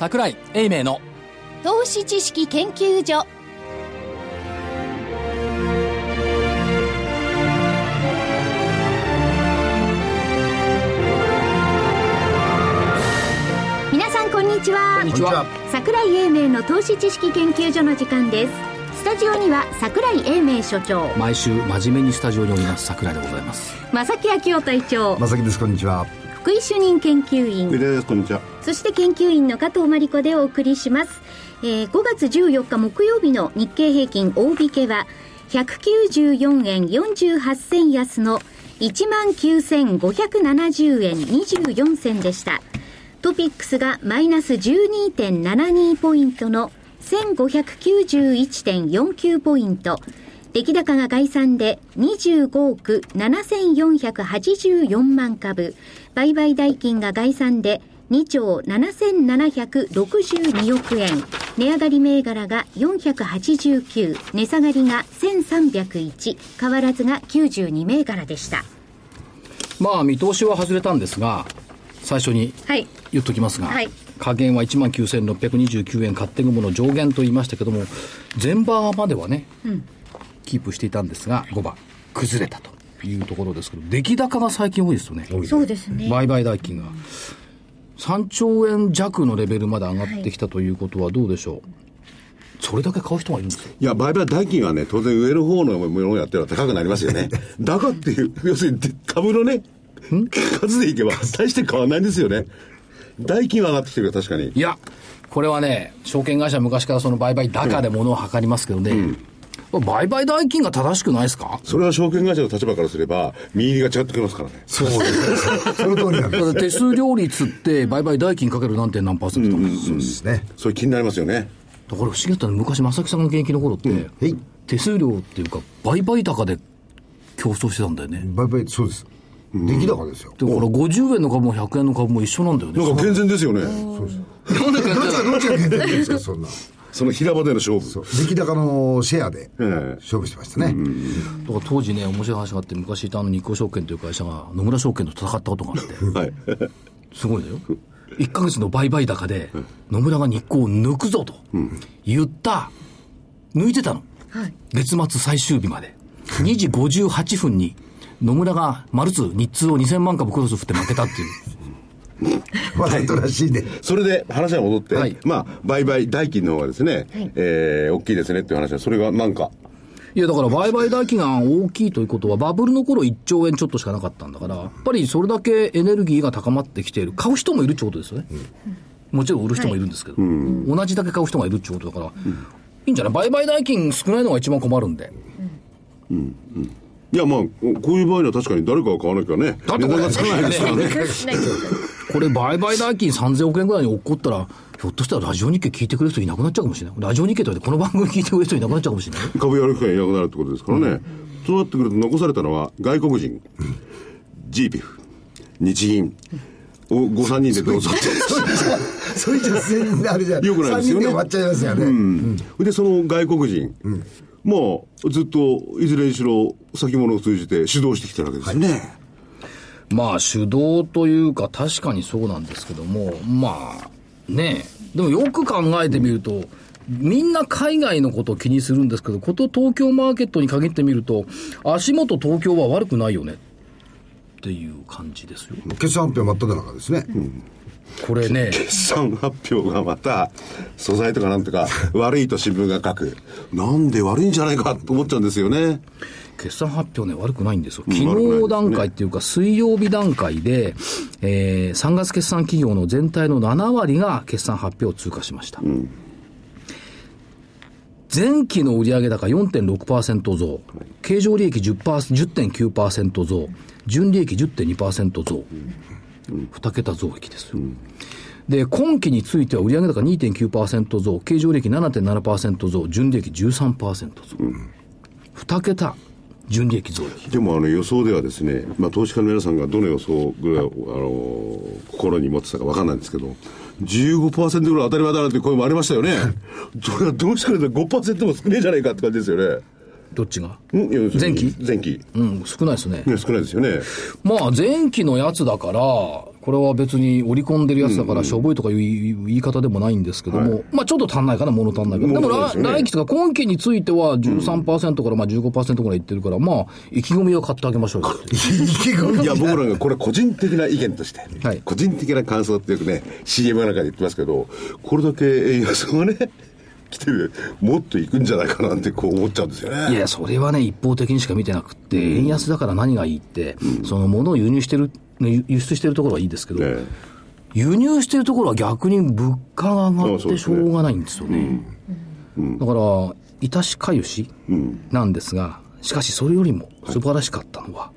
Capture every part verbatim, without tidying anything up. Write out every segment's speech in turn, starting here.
櫻井英明の投資知識研究所。皆さんこんにちは。 こんにちは。 櫻井英明の投資知識研究所の時間です。スタジオには櫻井英明所長、 毎週真面目にスタジオにおります櫻井でございます。 正木昭夫隊長、 正木です。こんにちは。 福井主任研究員、 こんにちは。 そして研究員の加藤真理子でお送りします。えー、ごがつじゅうよっか木曜日の日経平均大引けはひゃくきゅうじゅうよんえんよんじゅうはち銭安の いちまんきゅうせんごひゃくななじゅうえんにじゅうよん銭でした。トピックスがマイナス じゅうにてんななに ポイントの せんごひゃくきゅうじゅういちてんよんきゅう ポイント、出来高が概算でにじゅうごおくななせんよんひゃくはちじゅうよんまんかぶ、売買代金が概算でにちょうななせんななひゃくろくじゅうにおくえん、値上がり銘柄がよんひゃくはちじゅうきゅう、値下がりがせんさんびゃくいち、変わらずがきゅうじゅうに銘柄でした。 まあ見通しは外れたんですが、最初に言っときますが、はい、下限はいちまんきゅうせんろっぴゃくにじゅうきゅうえん、勝手雲の上限と言いましたけども、前場まではね、うん、キープしていたんですが、ごば崩れたというところですけど、出来高が最近多いですよね。 そうですね。 売買代金がさんちょうえん弱のレベルまで上がってきたということはどうでしょう、はい、それだけ買う人がいるんですよ。 いや、売買代金はね、当然上の方のものをやってると高くなりますよね。だからっていう、要するに株のね、数でいけば大して変わらないんですよね。代金は上がってきてるから確かに。 いや、これはね、証券会社は昔からその売買高で物を測りますけどね、うん、売買代金が正しくないですか。 それは証券会社の立場からすれば見入りが違ってきますからね。 そうですその通りなんです。 手数料率って売買代金かける何点何パーセントとか、うんうんうん、 そうですね。 それ気になりますよね。 だから不思議だったのは、昔正木さんが現役の頃って、うん、手数料っていうか売買高で競争してたんだよね。 売買、そうです。出来高ですよ。 だからごじゅうえんの株もひゃくえんの株も一緒なんだよね。 なんか健全ですよね。 そうです。なんで健全だ。どっちが健全ですかそんな。 その平場での勝負。 出来高のシェアで勝負してましたね。 だから当時ね、面白い話があって、昔いたあの日興証券という会社が野村証券と戦ったことがあって、はい、すごいのよ。いっかげつの売買高で野村が日興を抜くぞと言った、抜いてたの。はい、月末最終日までにじごじゅうはっぷんに野村がマルツ日通をにせんまん株クロス振って負けたっていうわざとらしいね。 それで話が戻って、はい、まあ売買代金の方がですね、はい、えー、大きいですねっていう話は、それがなんか、 いやだから売買代金が大きいということは、バブルの頃いっちょうえんちょっとしかなかったんだから、やっぱりそれだけエネルギーが高まってきている。買う人もいるってことですよね、うん、もちろん売る人もいるんですけど、はい、うん、同じだけ買う人がいるってことだから、うん、いいんじゃない。売買代金少ないのが一番困るんで、うんうんうん、 いや、まあこういう場合には確かに誰かが買わなきゃね、値段がつかないですからね。 これ売買代金さんぜんおくえんぐらいに落っこったら、ひょっとしたらラジオ日経聞いてくれる人いなくなっちゃうかもしれない。ラジオ日経とかでこの番組聞いてくれる人いなくなっちゃうかもしれない。 株やる人がいなくなるってことですからね、うん、そうなってくると残されたのは外国人、うん、ジーピーエフ、日銀をご、さんにんでどうぞってそれじゃ全然あれじゃよくないですよね。さんにんで終わっちゃいますよね、うんうん、でその外国人、うん、もうずっといずれにしろ先物を通じて主導してきてるわけですよね、はい、 まあ主導というか確かにそうなんですけども、まあねえ、でもよく考えてみると、うん、みんな海外のことを気にするんですけど、こと東京マーケットに限ってみると足元東京は悪くないよねっていう感じですよ。 決算発表真っただ中ですね、うん、 これね、 決算発表がまた素材とかなんとか悪いと新聞が書くなんで悪いんじゃないかと思っちゃうんですよね。 決算発表ね、悪くないんですよ。昨日段階っていうか、水曜日段階で、えー、さんがつ決算企業の全体のななわりが決算発表を通過しました、うん、前期の売上高 よんてんろくパーセント 増、経常利益 じゅってんきゅうパーセント 増、純利益 じゅってんにパーセント 増、うん、に桁増益ですよ、うん、で今期については売上高 にてんきゅうパーセント 増、経常利益 ななてんななパーセント 増、純利益 じゅうさんパーセント 増、うん、に桁純利益増益。 でもあの予想ではですね、まあ、投資家の皆さんがどの予想ぐらい、あのー、心に持ってたか分かんないんですけど、じゅうごパーセント ぐらい当たり前だなという声もありましたよね。それはどうしてくれたら ごパーセント も少ねえじゃないかって感じですよね。 どっちが？ん前期前期、うん、少ないですね。 ね、少ないですよね。 まあ前期のやつだからこれは別に織り込んでるやつだから、しょぼいとかいう言い方でもないんですけども、はい、まあちょっと足んないかな、物足んないから。でも、来、ね、来期とか今期については じゅうさんパーセント からまあ じゅうごパーセント ぐらいいってるから、まあ、意気込みを買ってあげましょうよ。意気込みいや、僕らがこれ個人的な意見として、はい、個人的な感想ってよくね、シーエム の中で言ってますけど、これだけ円安がね、来てる、もっといくんじゃないかなってこう思っちゃうんですよね。 いや、それはね、一方的にしか見てなくって、うん、円安だから何がいいって、うん、その物を輸入してる、輸出してるところはいいですけど、ね、輸入してるところは逆に物価が上がってしょうがないんですよね。うん、だから、致しかゆしなんですが、しかしそれよりも素晴らしかったのは、はい、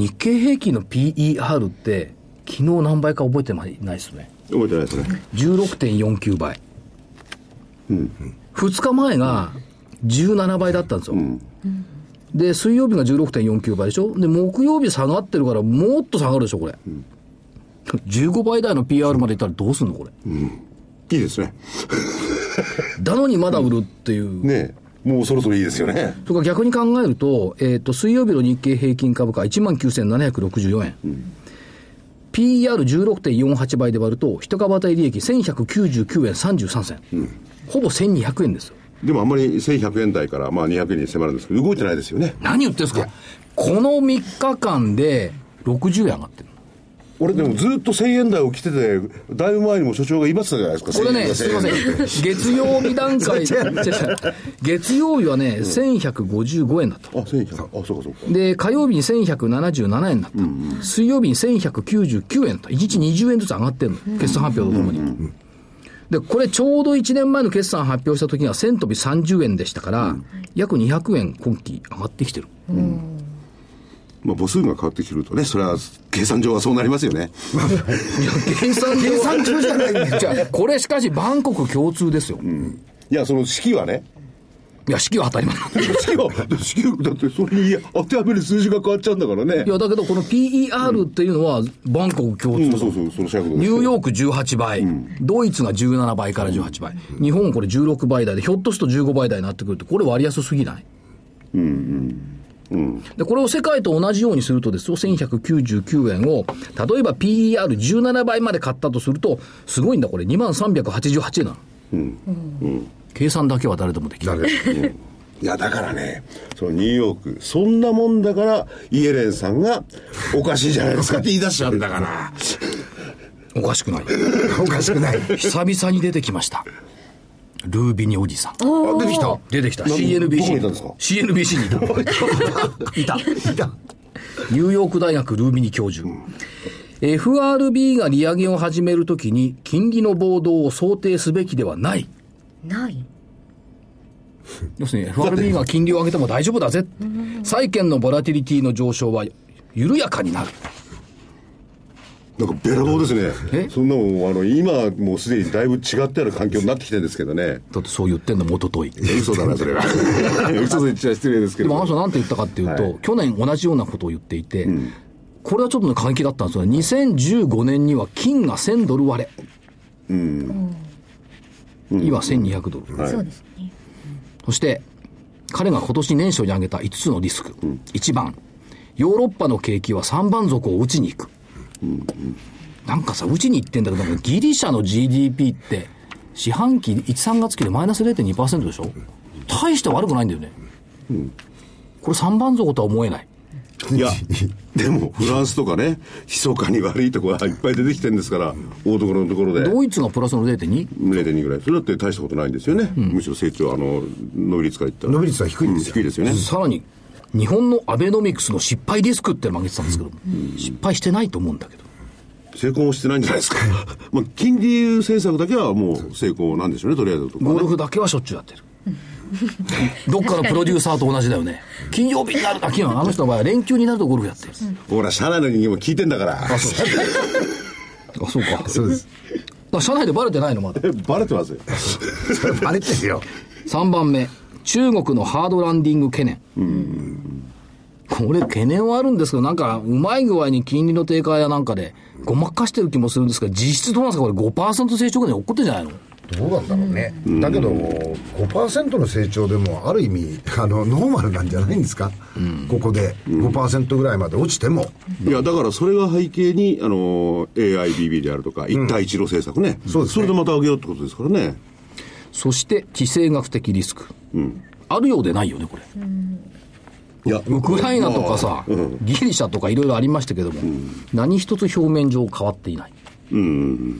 日経平均の ピーイーアール って、昨日何倍か覚えてないですね。 覚えてないですね。 じゅうろくてんよんきゅうばい。うん、ふつかまえがじゅうななばいだったんですよ、うん、で水曜日が じゅうろくてんよんきゅうばいでしょ。で木曜日下がってるからもっと下がるでしょこれ、うん、じゅうごばい台の ピーアール までいったらどうすんのこれ、うん、 いいですねだのにまだ売るっていう、うん、 ねえもうそろそろいいですよね。 とか逆に考えると、えー、と水曜日の日経平均株価 いちまんきゅうせんななひゃくろくじゅうよんえん、うん、ピーイーアールじゅうろくてんよんはちばいで割ると一株当たり利益せんひゃくきゅうじゅうきゅうえんさんじゅうさんせん、うん、ほぼせんにひゃくえんですよ。 でもあんまりせんひゃくえん台からまあにひゃくえんに迫るんですけど動いてないですよね。 何言ってんですか。このみっかかんでろくじゅうえん上がってる。 俺でもずっとせんえん台を来ててだいぶ前にも所長が言いましたじゃないですか。 これねすいません月曜日段階月曜日はね、うん、せんひゃくごじゅうごえんだった。 あせんひゃくあそうかそうか。 で火曜日にせんひゃくななじゅうななえんだった、うんうん、水曜日にせんひゃくきゅうじゅうきゅうえんといちにちにじゅうえんずつ上がってるの、うん、決算発表とともに、うんうんうん。でこれちょうどいちねんまえの決算発表した時にはせん飛びさんじゅうえんでしたから、うん、約にひゃくえん今期上がってきてる、うん。 まあ、母数が変わってきてるとね、それは計算上はそうなりますよね。 いや計算計算上じゃないんです。じゃあこれしかし万国共通ですよ、うん、 いやその式はね、 いや式は当たり前式は式はだってそれに当てはめる数字が変わっちゃうんだからね。 いやだけどこの ピーイーアール っていうのは万国共通、うん、 そうそうそのニューヨークじゅうはちばい、うん、ドイツがじゅうななばいからじゅうはちばい、うん、日本これじゅうろくばい台でひょっとするとじゅうごばい台になってくるとこれ割安すぎない。うんうんうん、でこれを世界と同じようにするとですよせんひゃくきゅうじゅうきゅうえんを例えば ピーイーアールじゅうななばいまで買ったとするとすごいんだこれにまんさんびゃくはちじゅうはちえんなの、うんうん、計算だけは誰でもできる、うん、 いやだからねそのニューヨークそんなもんだからイエレンさんがおかしいじゃないですかって言い出しちゃうんだからおかしくないおかしくない久々に出てきましたルービニおじさん。 あ、出てきた出てきた シーエヌビーシーどこにいたんですか。 シーエヌビーシー にいたいたいたニューヨーク大学ルービニ教授、うん、エフアールビー が利上げを始めるときに金利の暴動を想定すべきではないない要するに エフアールビー が金利を上げても大丈夫だぜ、債券のボラティリティの上昇は緩やかになる。 なんかべらぼうですね。そんなもんあの今もうすでにだいぶ違ったような環境になってきてるんですけどね。 だってそう言ってんのもととい嘘だなそれは嘘と言っちゃ失礼ですけど。 でもあの人なんて言ったかっていうと、はい、去年同じようなことを言っていて、うん、これはちょっと過激だったんですよね。にせんじゅうごねんには金がせんドル割れ、うんうん、今せんにひゃくドル、 はい、そうですね。 そして彼が今年年初に挙げたいつつのリスク、うん、いちばんヨーロッパの景気はさんばん底を打ちに行く、うんうん、なんかさ打ちに行ってんだけどギリシャの ジーディーピー って四半期いち、さんがつ期でマイナス れいてんにパーセント でしょ。大して悪くないんだよね、うん、これさんばん底とは思えない。 いやでもフランスとかね密かに悪いところがいっぱい出てきてるんですから大ところのところでドイツがプラスの れいてんにれいてんに ぐらいそれだって大したことないんですよね、うん、むしろ成長あの伸び率から言ったら伸び率は低いんですよ、 うん、低いですよね。 さらに日本のアベノミクスの失敗リスクって曲げてたんですけど、うん、失敗してないと思うんだけど成功もしてないんじゃないですかまあ金利政策だけはもう成功なんでしょうねとりあえずとか、ね、 ゴルフだけはしょっちゅうやってるどっかのプロデューサーと同じだよね。金曜日になるだけはあの人の場合は連休になるとゴルフやってる、 うん、ほら社内の人間も聞いてんだからあそうあそうかそうです。だから社内でバレてないのまだバレてますよバレてるよ。 さんばんめ中国のハードランディング懸念。うんこれ懸念はあるんですけどなんかうまい具合に金利の低下やなんかでごまかしてる気もするんですが実質どうなんですかこれ ごパーセント 成長ぐらいに起こってるんじゃないの。 どうなんだろうね、うん、だけど ごパーセント の成長でもある意味あのノーマルなんじゃないんですか、うん、ここで ごパーセント ぐらいまで落ちても、 うん、いやだからそれが背景にあの エーアイビービー であるとか、うん、一帯一路政策ね、そうですね、それでまた上げようってことですからね。 そして地政学的リスク、うん、あるようでないよねこれ、うん、いやウクライナとかさ、まあうん、ギリシャとかいろいろありましたけども、うん、何一つ表面上変わっていない、うん、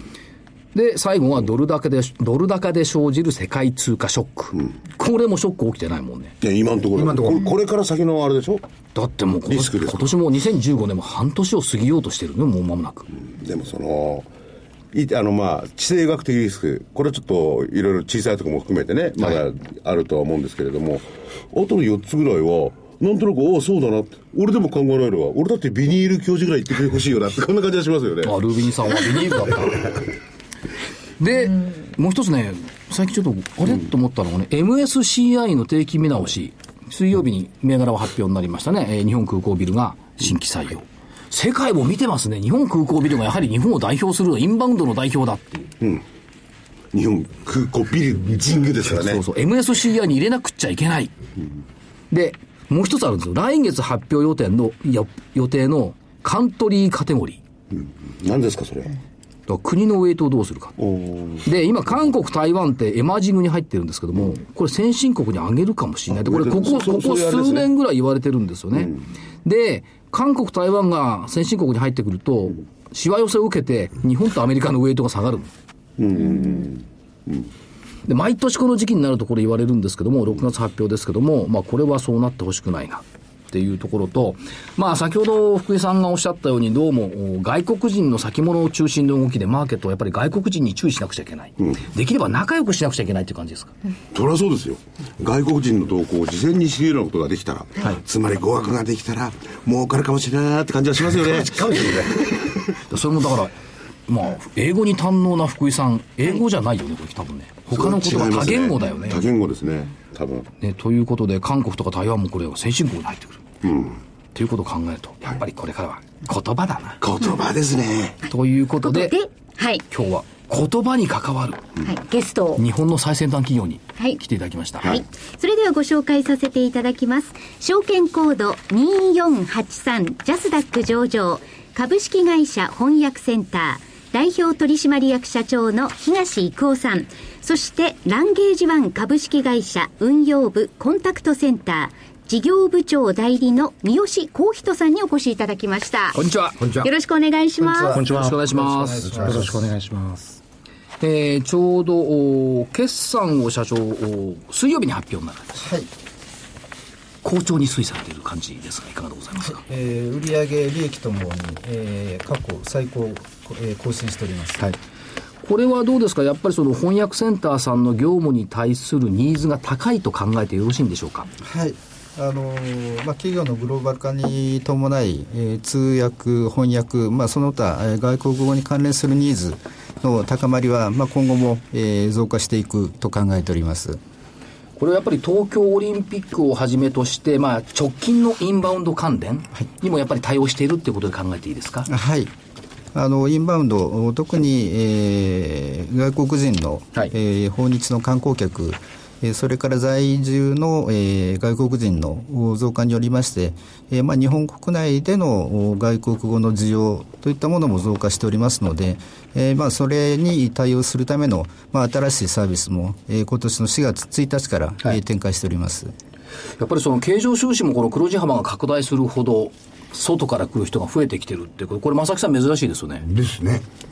で最後はドル高でドル高で生じる世界通貨ショック、うん、これもショック起きてないもんね。 いや今のところ今のところこれから先のあれでしょ。 だってもう今 年, 今年もにせんじゅうごねんも半年を過ぎようとしてるね、もう間もなく、うん、 でもそのいあのまあ地政学的リスク、これちょっといろいろ小さいところも含めてねまだあるとは思うんですけれども、はい、あとのよっつぐらいはなんとなくああそうだなって、俺でも考えられるわ、俺だってビニール教授ぐらい言ってくれてほしいよなってこんな感じがしますよね。 あルビンさんはビニールだったでもう一つね、最近ちょっとあれ、うん、と思ったのがね エムエスシーアイ の定期見直し、水曜日に銘柄は発表になりましたね、えー、日本空港ビルが新規採用、うん、世界も見てますね。日本空港ビルがやはり日本を代表するインバウンドの代表だっていう、うん、 日本空港ビルジングですからね。 そうそう エムエスシーアイ に入れなくっちゃいけない、うん、でもう一つあるんですよ。来月発表予定の予定のカントリーカテゴリー、うん、 何ですかそれ。 国のウェイトをどうするかで、今韓国台湾ってエマージングに入ってるんですけども、うん、これ先進国に上げるかもしれないで、これここここ数年ぐらい言われてるんですよね、うん、で韓国台湾が先進国に入ってくるとしわ寄せを受けて日本とアメリカのウェイトが下がる、うんうんうん、で毎年この時期になるとこれ言われるんですけども、ろくがつ発表ですけども、まあ、これはそうなってほしくないなっていうところと、まあ先ほど福井さんがおっしゃったように、どうも外国人の先物を中心の動きでマーケットはやっぱり外国人に注意しなくちゃいけない、うん、できれば仲良くしなくちゃいけないっていう感じですか。 うん、そりゃそうですよ。外国人の動向を事前に知るようなことができたら、はい、つまり語学ができたら儲かるかもしれないって感じはしますよね。かもしれないそれもだからまあ英語に堪能な福井さん、英語じゃないよねこれ多分ね、他の言葉多言語だよね。 多言語ですね多分ね。ということで韓国とか台湾もこれは先進国に入ってくる、うんということを考えると、やっぱりこれからは言葉だな。 言葉ですね。 ということで、 ではい、 今日は言葉に関わる、はい、 ゲスト日本の最先端企業に来ていただきました。 はい。はい、それではご紹介させていただきます。証券コードにーよんはちさんジャスダック上場株式会社翻訳センター代表取締役社長の東郁夫さん、そしてランゲージワン株式会社運用部コンタクトセンター事業部長代理の三好幸人さんにお越しいただきました。 こんにちは。 よろしくお願いします。 こんにちは。よろしくお願いします。 よろしくお願いします。 えー、ちょうど決算を社長水曜日に発表になるんです。はい。好調に推移されている感じですがいかがでございますか。はい、 えー、売上利益ともに、えー、過去最高、えー、更新しております。はい。 これはどうですか。やっぱりその翻訳センターさんの業務に対するニーズが高いと考えてよろしいんでしょうか。 はい。あのまあ、企業のグローバル化に伴い、えー、通訳、翻訳、まあ、その他、えー、外国語に関連するニーズの高まりは、まあ、今後も、えー、増加していくと考えております。 これはやっぱり東京オリンピックをはじめとして、まあ、直近のインバウンド関連にもやっぱり対応しているということで考えていいですか。 はい、あのインバウンド、特に、えー、外国人の、はいえー、訪日の観光客、それから在住の、えー、外国人の増加によりまして、えーまあ、日本国内での外国語の需要といったものも増加しておりますので、えーまあ、それに対応するための、まあ、新しいサービスも、えー、今年のしがつついたちから、はいえー、展開しております。 やっぱりその経常収支もこの黒字幅が拡大するほど外から来る人が増えてきてるってこと、これ正木さん珍しいですよね。 ですね、うん、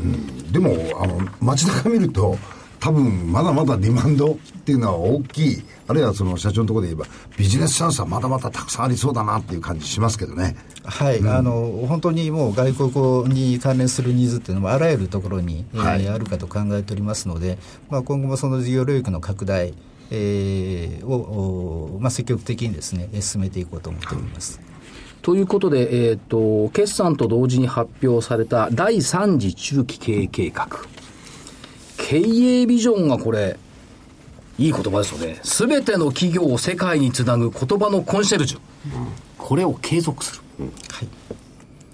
でもあの街中見ると多分まだまだディマンドっていうのは大きい、あるいはその社長のところで言えばビジネスチャンスはまだまだたくさんありそうだなっていう感じしますけどね。 はい、うん、あの本当にもう外国語に関連するニーズっていうのもあらゆるところに、はいえー、あるかと考えておりますので、まあ、今後もその事業領域の拡大、えー、を、まあ、積極的にですね進めていこうと思っております。 ということで、えーと、決算と同時に発表されただいさん次中期経営計画、経営ビジョンがこれいい言葉ですよね。すべての企業を世界につなぐ言葉のコンシェルジュ、うん、これを継続する、うんはい、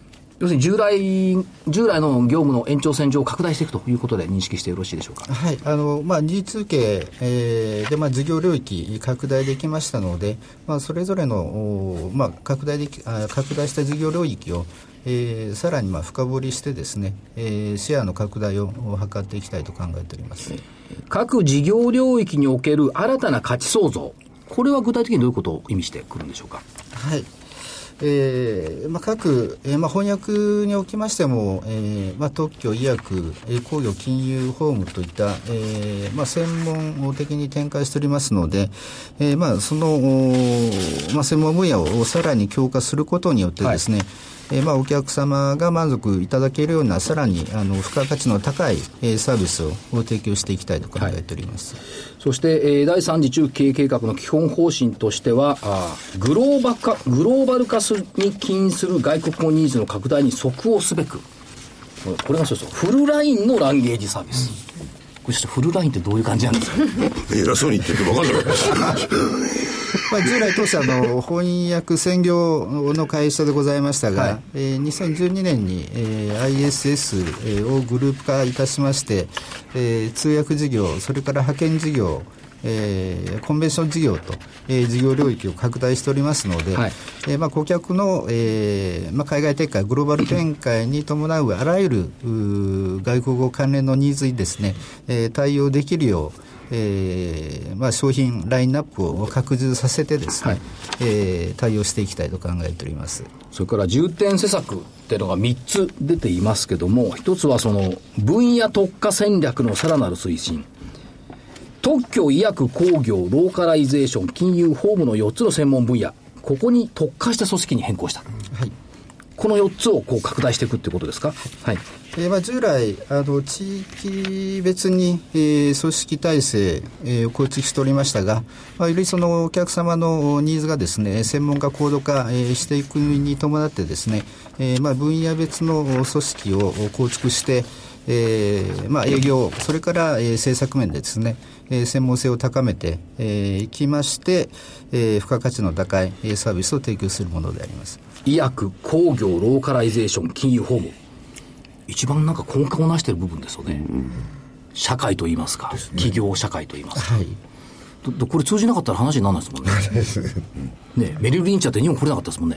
要するに従来従来の業務の延長線上を拡大していくということで認識してよろしいでしょうか。 はい、あのまあ、にじ通計、えー、で、まあ、事業領域拡大できましたので、まあ、それぞれの、まあ、拡大できあ拡大した事業領域を、えー、さらにまあ深掘りしてですね、えー、シェアの拡大を図っていきたいと考えております。 各事業領域における新たな価値創造、これは具体的にどういうことを意味してくるんでしょうか。 はい、えーまあ、各、えーまあ、翻訳におきましても、えーまあ、特許、医薬、えー、工業、金融、法務といった、えーまあ、専門的に展開しておりますので、えーまあ、その、まあ、専門分野をさらに強化することによってですね、はい、えーまあ、お客様が満足いただけるようなさらにあの付加価値の高い、えー、サービスを提供していきたいと考えております。はい、 そして、えー、だいさん次中期経営計画の基本方針としては、あグローバル化、グローバル化に起因する外国語ニーズの拡大に即応すべく、これがそうそうフルラインのランゲージサービス、うん、これフルラインってどういう感じなんですか。 偉そうに言ってて分かんないまあ、従来当社の翻訳専業の会社でございましたが、はい、えー、にせんじゅうにねんに、えー、アイエスエス をグループ化いたしまして、えー、通訳事業、それから派遣事業、えー、コンベンション事業と、えー、事業領域を拡大しておりますので、はい、えーまあ、顧客の、えーまあ、海外展開、グローバル展開に伴うあらゆる外国語関連のニーズにですね、えー、対応できるよう、えーまあ、商品ラインナップを拡充させてですね、はい、えー、対応していきたいと考えております。 それから重点施策っていうのがみっつ出ていますけども、ひとつはその分野特化戦略のさらなる推進、特許、医薬、工業、ローカライゼーション、金融、法務のよっつの専門分野、ここに特化した組織に変更した、はい、このよっつをこう拡大していくっていうことですか。はい、 えーまあ、従来あの地域別に、えー、組織体制、えー、を構築しておりましたが、まあ、よりそのお客様のニーズがですね専門化高度化、えー、していくに伴ってですね、えーまあ、分野別の組織を構築して、えーまあ、営業、それから、えー、政策面でですね、えー、専門性を高めてい、えー、きまして、えー、付加価値の高いサービスを提供するものであります。 医薬、工業、ローカライゼーション、金融、法務、一番なんか根幹をなしている部分ですよね、うん、社会といいますか、す、ね、企業社会といいますか、はい、どこれ通じなかったら話にならないですもんねね、メリル・リンチャーって日本来れなかったですもんね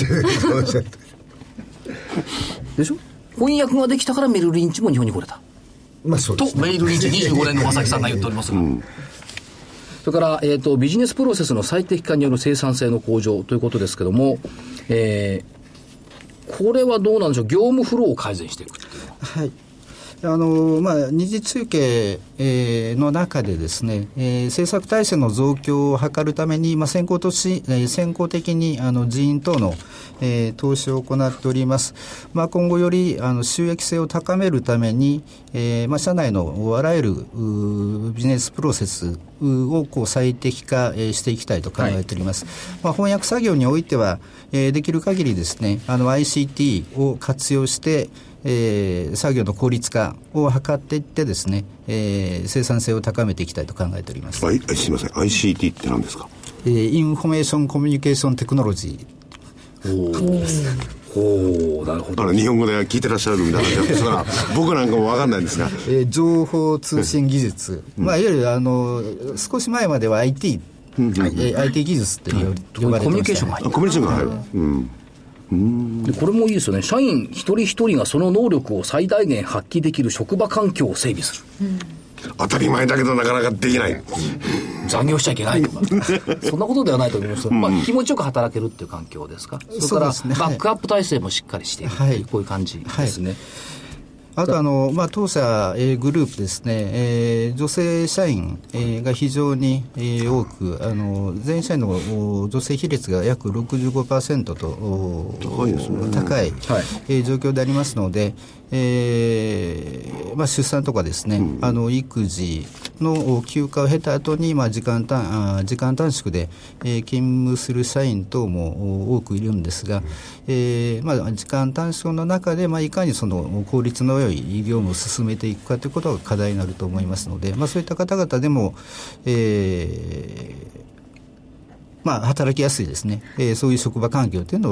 でしょ。翻訳ができたからメリル・リンチも日本に来れた、まあそうですね、とメリル・リンチにじゅうごねんの正木さんが言っておりますが、うん、それから、えーと、ビジネスプロセスの最適化による生産性の向上ということですけども、えー、これはどうなんでしょう。業務フローを改善していくっていうのは、 はい、あのまあ、二次通計、えー、の中でですね、えー、政策体制の増強を図るために、まあ、先行とし、えー、先行的にあの人員等の、えー、投資を行っております。まあ、今後よりあの収益性を高めるために、えーまあ、社内のあらゆるビジネスプロセスをこう最適化、えー、していきたいと考えております。はい、まあ、翻訳作業においては、えー、できる限りですね、あの アイシーティー を活用してえー、作業の効率化を図っていってですね、えー、生産性を高めていきたいと考えております。 はい、すみません、 アイシーティー って何ですか。 えー、インフォメーションコミュニケーションテクノロジー。おお、なるほど。 あの日本語で聞いてらっしゃるみたいなですから僕なんかも分かんないんですが、 えー、情報通信技術、うん、まあ、いわゆるあの少し前までは アイティー、うんえー、アイティー 技術って呼ばれてました、ね、 コミュニケーションが入る、 コミュニケーションが入る、うん、 うんでこれもいいですよね。社員一人一人がその能力を最大限発揮できる職場環境を整備する、うん、 当たり前だけどなかなかできない、 残業しちゃいけないとかそんなことではないと思いますけど、まあ、気持ちよく働けるっていう環境ですか。それからそうですね、 バックアップ体制もしっかりしている、はい、こういう感じですね。はい、 あとあの、まあ、当社、えー、グループですね、えー、女性社員、えー、が非常に、えー、多く、あの全社員の女性比率が約 ろくじゅうごパーセント と高いですね、 高い、はいえー、状況でありますので、えーまあ、出産とかですね、うん、あの育児の休暇を経た後に、まあ、時間短あ時間短縮で、えー、勤務する社員等も多くいるんですが、えーまあ、時間短縮の中で、まあ、いかにその効率の良い業務を進めていくかということが課題になると思いますので、まあ、そういった方々でも、えーまあ、働きやすいですね、えー、そういう職場環境というのを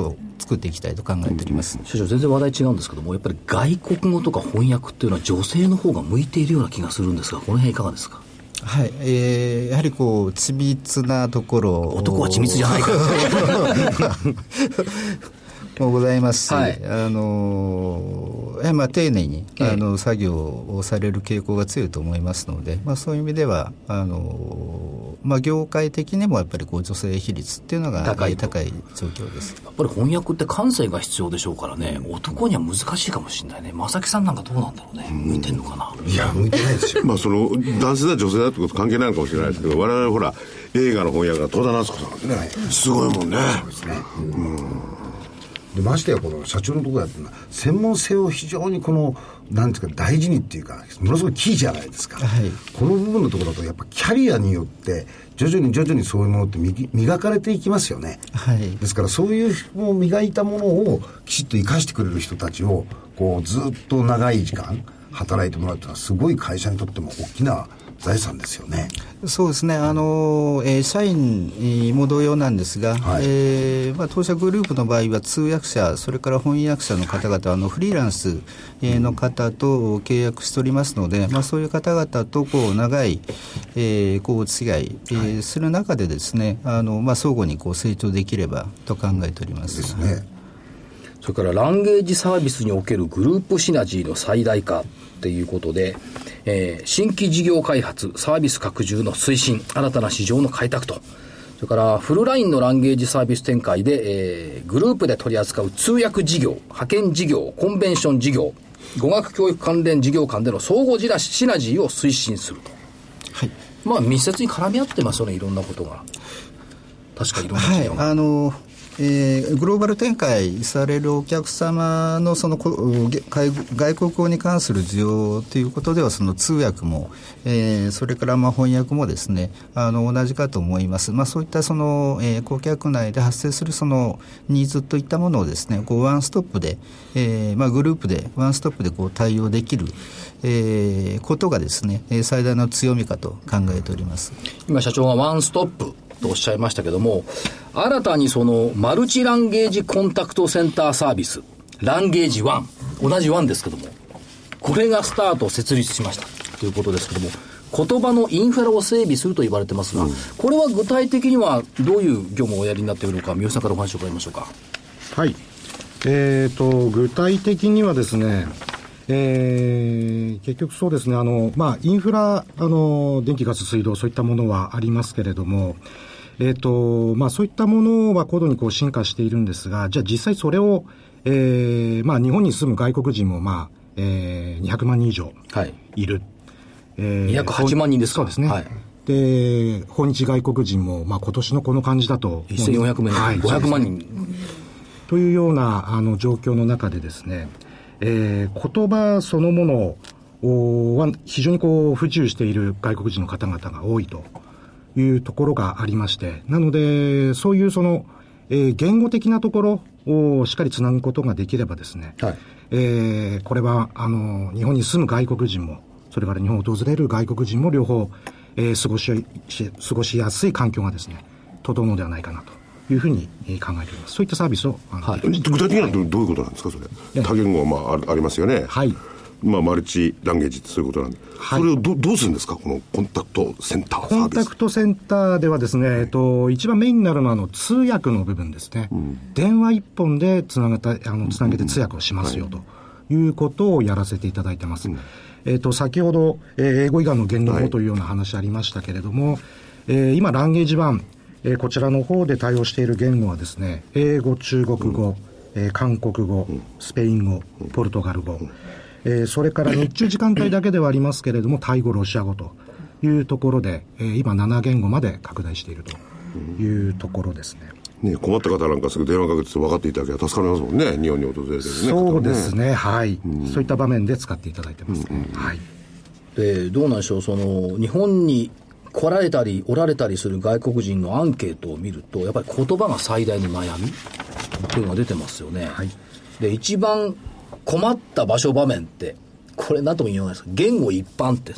作っていきたいと考えております。 社長、全然話題違うんですけども、やっぱり外国語とか翻訳っていうのは女性の方が向いているような気がするんですが、この辺いかがですか？ はい、えー、やはりこう緻密なところ、 男は緻密じゃないからもうございます、 はい、 あのーまあ、丁寧に、ええ、あの作業をされる傾向が強いと思いますので、まあ、そういう意味ではあのーまあ、業界的にもやっぱりこう女性比率っていうのが高い、高い状況です。 やっぱり翻訳って感性が必要でしょうからね、男には難しいかもしれないね。正木さんなんかどうなんだろうね、向いてんのかな。 いや向いてないですよまあその男性だ女性だってこと関係ないのかもしれないですけど、我々ほら映画の翻訳が戸田夏子さん、ね、すごいもんね。そうですね、うんでましてやこの社長のところやってるのは専門性を非常にこのなんていうか大事にっていうかものすごいキーじゃないですか、はい、この部分のところだとやっぱキャリアによって徐々に徐々にそういうものって磨かれていきますよね、はい、ですからそういうもう磨いたものをきちっと生かしてくれる人たちをこうずっと長い時間働いてもらうというのはすごい会社にとっても大きな財産ですよね。 そうですね、あの、えー、社員も同様なんですが、はい、えーまあ、当社グループの場合は通訳者それから翻訳者の方々、はい、あのフリーランスの方と契約しておりますので、まあ、そういう方々とこう長い、えー、こうお付き合い、えーはい、する中でですね、あの、まあ、相互にこう成長できればと考えております。 ですね。 それからランゲージサービスにおけるグループシナジーの最大化ということで、えー、新規事業開発、サービス拡充の推進、新たな市場の開拓と、それからフルラインのランゲージサービス展開で、えー、グループで取り扱う通訳事業、派遣事業、コンベンション事業、語学教育関連事業間での相互シナジーを推進すると。はい。まあ密接に絡み合ってますよね、いろんなことが。確かいろんな事業が。 はい、あのーえー、グローバル展開されるお客様のその外国語に関する需要ということではその通訳も、えー、それからまあ翻訳もですねあの同じかと思います。まあ、そういったその、えー、顧客内で発生するそのニーズといったものをですねこうワンストップで、えーまあ、グループでワンストップでこう対応できる、えー、ことがですね最大の強みかと考えております。 今社長がワンストップとおっしゃいましたけども、新たにそのマルチランゲージコンタクトセンターサービスランゲージワン、同じワンですけども、これがスタート設立しましたということですけども、言葉のインフラを整備すると言われてますが、うん、これは具体的にはどういう業務をおやりになっているのか、三好さんからお話を伺いましょうか。 はい、えーと具体的にはですね、えー、結局そうですね、あの、まあ、インフラ、あの、電気、ガス、水道、そういったものはありますけれども、えっと、まあ、そういったものは高度にこう進化しているんですが、じゃあ実際それを、えー、まあ、日本に住む外国人も、まあ、えー、にひゃくまんにん以上いる。はい、 えー、にひゃくはちまんにんですか。 そうですね。はい、で、訪日外国人も、まあ、今年のこの感じだと。 せんよんひゃくまんにん、はい、ごひゃくまんにん。 というような、あの、状況の中でですね、えー、言葉そのものは非常にこう不自由している外国人の方々が多いというところがありまして、なのでそういうその、えー、言語的なところをしっかりつなぐことができればですね、はい、えー、これはあの日本に住む外国人もそれから日本を訪れる外国人も両方、えー、過ごし過ごしやすい環境がですね整うのではないかなというふうに考えております。そういったサービスを、 はい、具体的にはどういうことなんですか、それ。多言語はまあありますよね。はい。まあマルチランゲージってそういうことなんで、はい、それを ど, どうするんですか、このコンタクトセンターサービス。 コンタクトセンターではですね、えっと一番メインになるのはあの通訳の部分ですね。うん、電話一本でつなげたあのつなげて通訳をしますよ、うん、ということをやらせていただいてます。うん、えっと先ほど、えー、英語以外の言語法というような話ありましたけれども、はい、えー、今ランゲージ版えー、こちらの方で対応している言語はですね、英語、中国語、うんえー、韓国語、うん、スペイン語、ポルトガル語、うんえー、それから日中時間帯だけではありますけれども、タイ語、ロシア語というところで、えー、今なな言語まで拡大しているというところですね。 ね、困った方なんかすぐ電話かけて分かっていただければ助かりますもんね、日本に訪れてるね。 そうですね、はい、うん、そういった場面で使っていただいてますね。うんうん、はい。 で、どうなんでしょう、その日本に来られたりおられたりする外国人のアンケートを見ると、やっぱり言葉が最大の悩みというのが出てますよね。はい、で一番困った場所場面ってこれ何とも言わないですか、言語一般って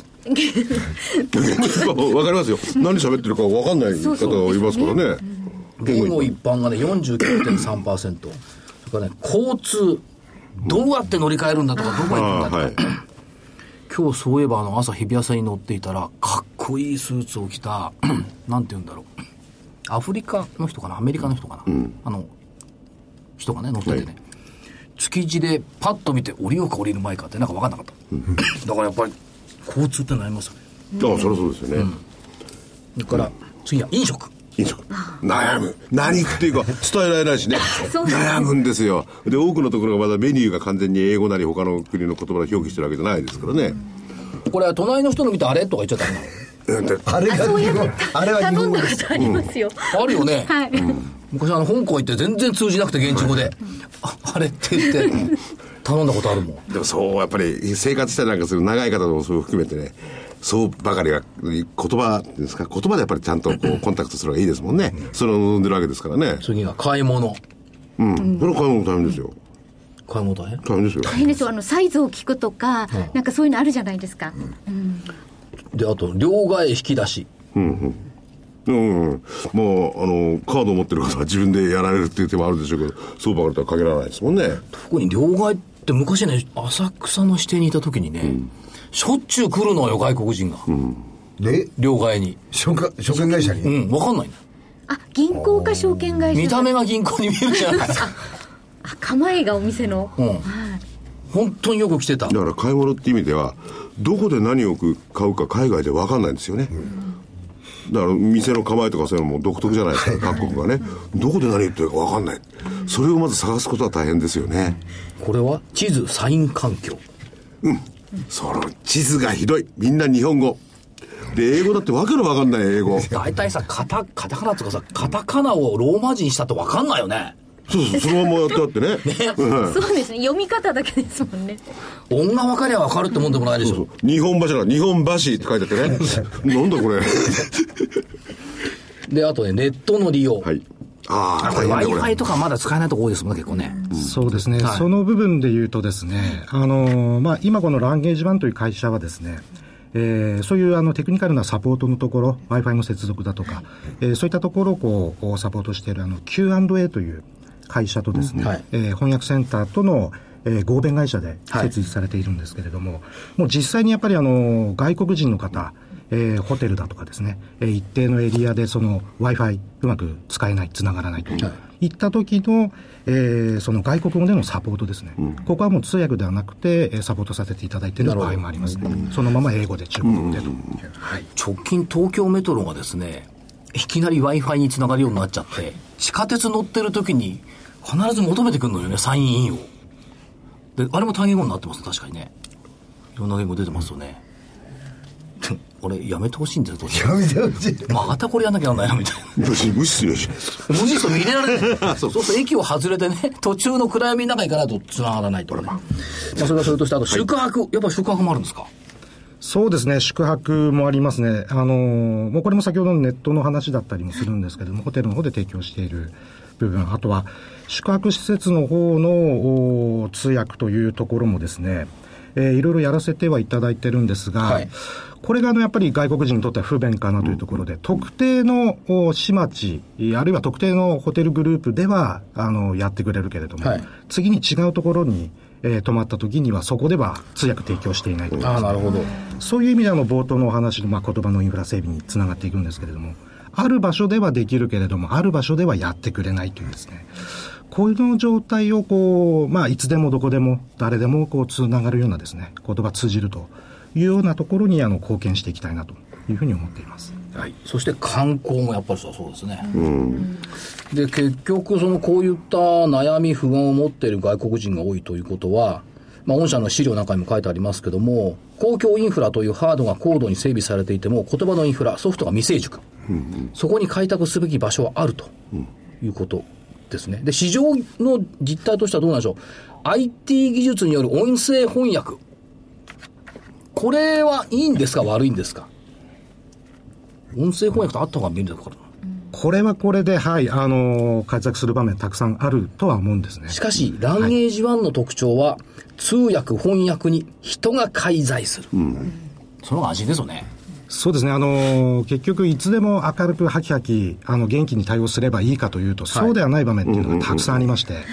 わかりますよ、何喋ってるか分かんない方がいますからね。 言語一般がね よんじゅうきゅうてんさんパーセント、 それからね、交通、どうやって乗り換えるんだとか、どこ行くんだとか、はい、今日そういえばあの朝日比谷線に乗っていたら、かっこいいスーツを着た、なんて言うんだろう、アフリカの人かな、アメリカの人かな、うん、あの人がね、乗っててね、はい、築地でパッと見て、降りようか降りる前かってなんか分かんなかった。うん、だからやっぱり、交通ってなりますよね。 ああ、そりゃそうですよね。うん、 それから、次は飲食。 飲食。悩む。何っていうか、伝えられないしね。悩むんですよ。で、多くのところがまだメニューが完全に英語なり他の国の言葉で表記してるわけじゃないですからね。 これは隣の人の見てあれとか言っちゃったんだ。 あれがそういうあれは頼んだことありますよ。 うん、あるよね。 はい。うん、 昔あの香港行って全然通じなくて現地語で、あ, あれって言って頼んだことあるもん。 でもそうやっぱり生活したりなんかする長い方もそう含めてね。そうばかりが言葉ですか、言葉でやっぱりちゃんとこうコンタクトするのがいいですもんね。それを望んでるわけですからね。 次は買い物。 うん。それは買い物大変ですよ。 買い物大変？ 大変ですよ。 大変ですよ。あのサイズを聞くとか、うん、なんかそういうのあるじゃないですか。うん。 であと両替引き出し。 うんうん。うんうん、もうあのカードを持ってる方は自分でやられるっていう手もあるでしょうけど、そうばかりとは限らないですもんね。 特に両替って昔ね、浅草の支店にいた時にね。うん、しょっちゅう来るのよ外国人が、うん、 で両替に証券会社に、 うん、分かんないんだ。 あ、銀行か証券会社。 見た目が銀行に見えるじゃないですか。 あ、構えがお店の、うん、はい、 本当によく来てた。 だから買い物って意味ではどこで何を買うか海外で分かんないんですよね、うん、だから店の構えとかそういうのも独特じゃないですか、各国がね。どこで何言ってるか分かんない、それをまず探すことは大変ですよね。 これは地図サイン環境。 うん、その地図がひどい。みんな日本語で、英語だってわけのわかんない英語。 大体さ、カタカタカナとかさ、カタカナをローマ字にしたってわかんないよね。 そうそう、そのままやってあってね。ね、 うん、そうですね、読み方だけですもんね。 音が分かりゃ分かるってもんでもないでしょ。 そうそう、日本橋だ、日本橋って書いてあってね。なんだこれ。 で、あとね、ネットの利用。 はい。ああ、 これ Wi-Fi とかまだ使えないとこ多いですもんね、結構ね。 うん、そうですね、はい、その部分で言うとですね、あのー、まあ、今このランゲージワンという会社はですね、えー、そういうあのテクニカルなサポートのところ、Wi-Fi の接続だとか、えー、そういったところをこうサポートしているあの キューアンドエー という会社とですね、うん、はい、えー、翻訳センターとの、えー、合弁会社で設立されているんですけれども、はい、もう実際にやっぱりあの外国人の方、えー、ホテルだとかですね、えー、一定のエリアでその Wi-Fi うまく使えない、つながらないと、はい、いった時の、えー、その外国語でのサポートですね、うん、ここはもう通訳ではなくてサポートさせていただいている場合もありますね、うん、そのまま英語で中国語でと、うん、 はい、直近東京メトロがですね、いきなり Wi-Fi につながるようになっちゃって、地下鉄乗ってる時に必ず求めてくるのよね、サインインを。で、あれも単言語になってますね、確かにね。いろんな言語出てますよね。俺やめてほしいんだよ。 やめてほしい。 またこれやんなきゃならないなみたいな。 無視するじゃないですか。 無視すると見れられない。そうそうすると駅を外れてね、途中の暗闇の中に行かないと繋がらないとかね。まあそれがそれとして、あと宿泊、はい、やっぱり宿泊もあるんですか？ そうですね、宿泊もありますね。あのー、もうこれも先ほどのネットの話だったりもするんですけども、ホテルの方で提供している部分、あとは宿泊施設の方の通訳というところもですね、えー、いろいろやらせてはいただいてるんですが、はい、これがあのやっぱり外国人にとっては不便かなというところで、うん、特定の市町、あるいは特定のホテルグループではあのやってくれるけれども、はい、次に違うところに、えー、泊まった時にはそこでは通訳提供していないという、ね、 あ、なるほど。 そういう意味であの冒頭のお話の、まあ、言葉のインフラ整備につながっていくんですけれども、ある場所ではできるけれどもある場所ではやってくれないというですね、こういう状態をこう、まあ、いつでもどこでも誰でもこうつながるようなですね、言葉通じるというようなところにあの貢献していきたいなというふうに思っています。 はい、そして観光もやっぱりそうですね、うん、で結局そのこういった悩み不安を持っている外国人が多いということは、まあ、御社の資料の中にも書いてありますけども、公共インフラというハードが高度に整備されていても言葉のインフラソフトが未成熟、うんうん、そこに開拓すべき場所はあるということですね。で市場の実態としてはどうなんでしょう。 アイティー 技術による音声翻訳、これはいいんですか悪いんですか。音声翻訳とあった方が便利だから、 これはこれで、はい、あのー、活躍する場面たくさんあるとは思うんですね。 しかしランゲージワンの特徴は、はい、通訳翻訳に人が介在する、うん、その方が安心ですよね。 そうですね、あのー、結局いつでも明るくハキハキあの元気に対応すればいいかというと、はい、そうではない場面っていうのがたくさんありまして、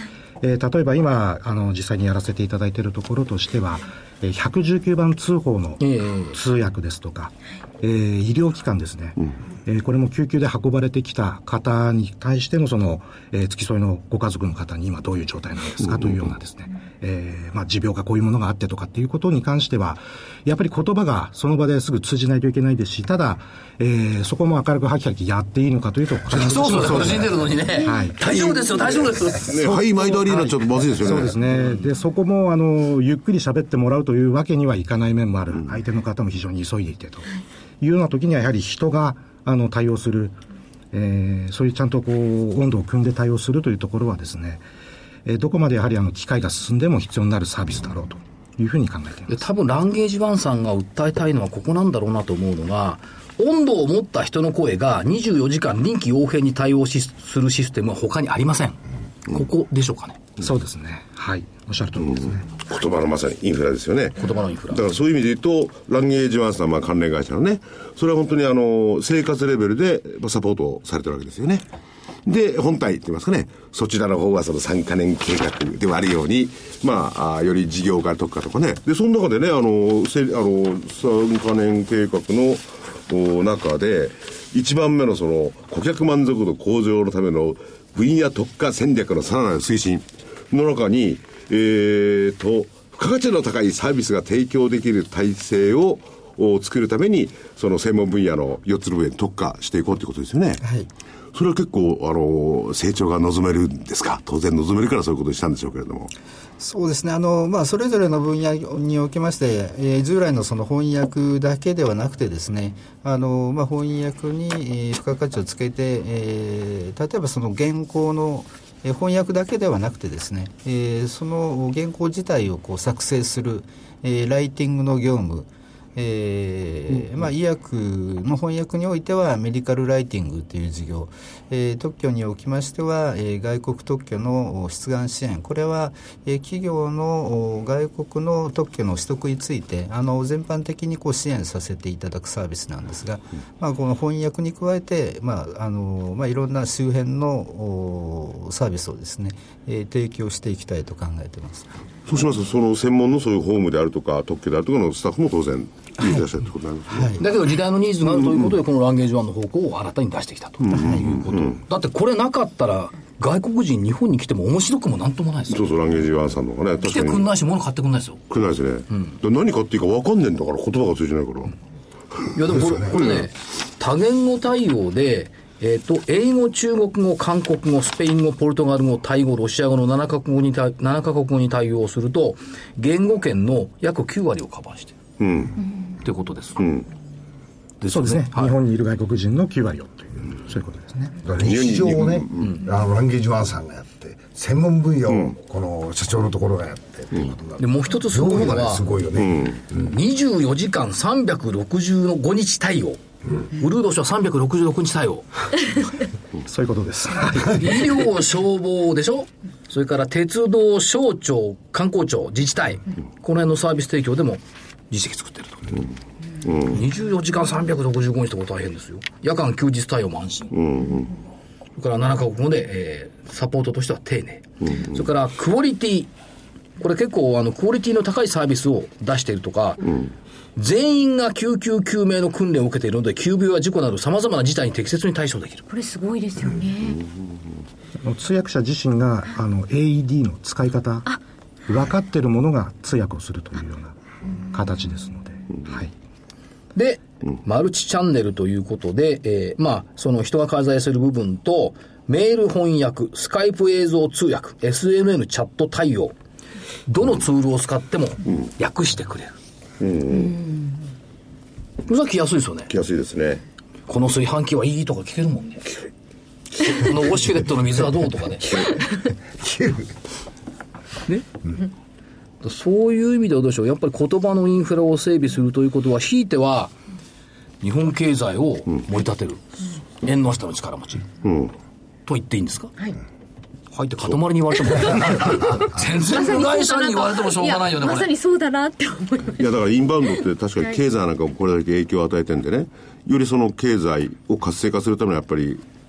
えー、例えば今あの実際にやらせていただいているところとしては、えー、ひゃくじゅうきゅうばん通報の通訳ですとか、えー、医療機関ですね、うんえー、これも救急で運ばれてきた方に対してのその、えー、付き添いのご家族の方に今どういう状態なんですかというようなですね、えーまあ、持病がこういうものがあってとかっていうことに関してはやっぱり言葉がその場ですぐ通じないといけないですし、ただ、えー、そこも明るくハキハキやっていいのかというとそうそうそう死んでるのにね、はい、大丈夫ですよ大丈夫ですね、はい毎度ありになっちゃうとまずいですよね。 そうですね。でそこもあのゆっくり喋ってもらうというわけにはいかない面もある、うん、相手の方も非常に急いでいてというような時にはやはり人があの対応する、えー、そういうちゃんとこう温度を組んで対応するというところはですね、えー、どこまでやはりあの機械が進んでも必要になるサービスだろうというふうに考えています。 多分ランゲージワンさんが訴えたいのはここなんだろうなと思うのが、温度を持った人の声がにじゅうよじかん臨機応変に対応しするシステムは他にありません、うん、ここでしょうかね。 そうですね、はい、おっしゃる通りですね、 うん、言葉のまさにインフラですよね。 言葉のインフラだからそういう意味で言うとランゲージワンさんは関連会社のね、それは本当にあの生活レベルでサポートされてるわけですよね。で本体って言いますかね、そちらの方はそのさんかねん計画ではあるように、まあ、あより事業化特化とかね、でその中でねあのせあのさんかねん計画の中でいちばんめのその顧客満足度向上のための分野特化戦略のさらなる推進の中に、えーと付加価値の高いサービスが提供できる体制を作るためにその専門分野のよっつの分野に特化していこうということですよね。 はい。 それは結構あの成長が望めるんですか。当然望めるからそういうことにしたんでしょうけれども。 そうですね、あの、まあ、それぞれの分野におきまして、えー、従来のその翻訳だけではなくてですね、あの、まあ、翻訳に、えー、付加価値をつけて、えー、例えばその原稿のえー、翻訳だけではなくてですね、えー、その原稿自体をこう作成する、えー、ライティングの業務、えーうんまあ、医薬の翻訳においてはメディカルライティングという事業、えー、特許におきましては、えー、外国特許の出願支援、これは、えー、企業の外国の特許の取得についてあの全般的にこう支援させていただくサービスなんですが、うんまあ、この翻訳に加えて、まああのまあ、いろんな周辺のサービスをですね、えー、提供していきたいと考えています。 そうしますとその専門のそういうホームであるとか特許であるとかのスタッフも当然いいらっしゃるということになりますね、はいはい、 だけど時代のニーズがあるということで、うんうん、このランゲージワンの方向を新たに出してきたと、うんうんうん、いうこと、だってこれなかったら外国人日本に来ても面白くもなんともないですよ。 そうそうランゲージワンさんの方がね、確かに来てくんないし物買ってくんないですよ。 くんないですね、うん、何買っていいか分かんねえんだから言葉が通じないから、うん、いやでもこれ、ね、これね多言語対応でえー、と英語、中国語、韓国語、スペイン語、ポルトガル語、タイ語、ロシア語のななカ国語にななカ国語に対応すると言語圏の約きゅうわりをカバーしている、うん、ってことです、うんですね、そうですね、はい、日本にいる外国人のきゅうわりをという、うん、そういうことですね。 だから日常をね、うん、あのランゲージワンさんがやって専門分野をこの社長のところがやってっていうことになる、 でもう一つすごいのは、 ね、すごいよね、 うん、にじゅうよじかんさんびゃくろくじゅうごにち対応、ウルード氏はさんびゃくろくじゅうろくにち対応そういうことです医療消防でしょ、それから鉄道省庁観光庁自治体、この辺のサービス提供でも実績作ってると、うんうん、にじゅうよじかんさんびゃくろくじゅうごにちとも大変ですよ。夜間休日対応も安心、うんうん、それからななカ国語で、えー、サポートとしては丁寧、うんうん、それからクオリティ、これ結構あのクオリティの高いサービスを出しているとか、うん全員が救急救命の訓練を受けているので急病や事故などさまざまな事態に適切に対処できる。 これすごいですよね。 通訳者自身があの エーイーディー の使い方分かっているものが通訳をするというような形ですので、はい、 でマルチチャンネルということで、えー、まあその人が介在する部分とメール翻訳、スカイプ映像通訳、 エスエヌエヌ チャット対応、どのツールを使っても訳してくれる、うんうんうん、それ来やすいですよね。 来やすいですね。 この炊飯器はいいとか聞けるもんねこのウォシュレットの水はどうとかね聞けるね、うん、そういう意味ではどうでしょう、やっぱり言葉のインフラを整備するということはひいては日本経済を盛り立てる、うん、縁の下の力持ち、うん、と言っていいんですか。はいはいって塊に言われても全然部外者に言われてもしょうがないよね。 まさにそうだなって思いました。 いやだからインバウンドって確かに経済なんかもこれだけ影響を与えてるんでね、よりその経済を活性化するためにやっぱり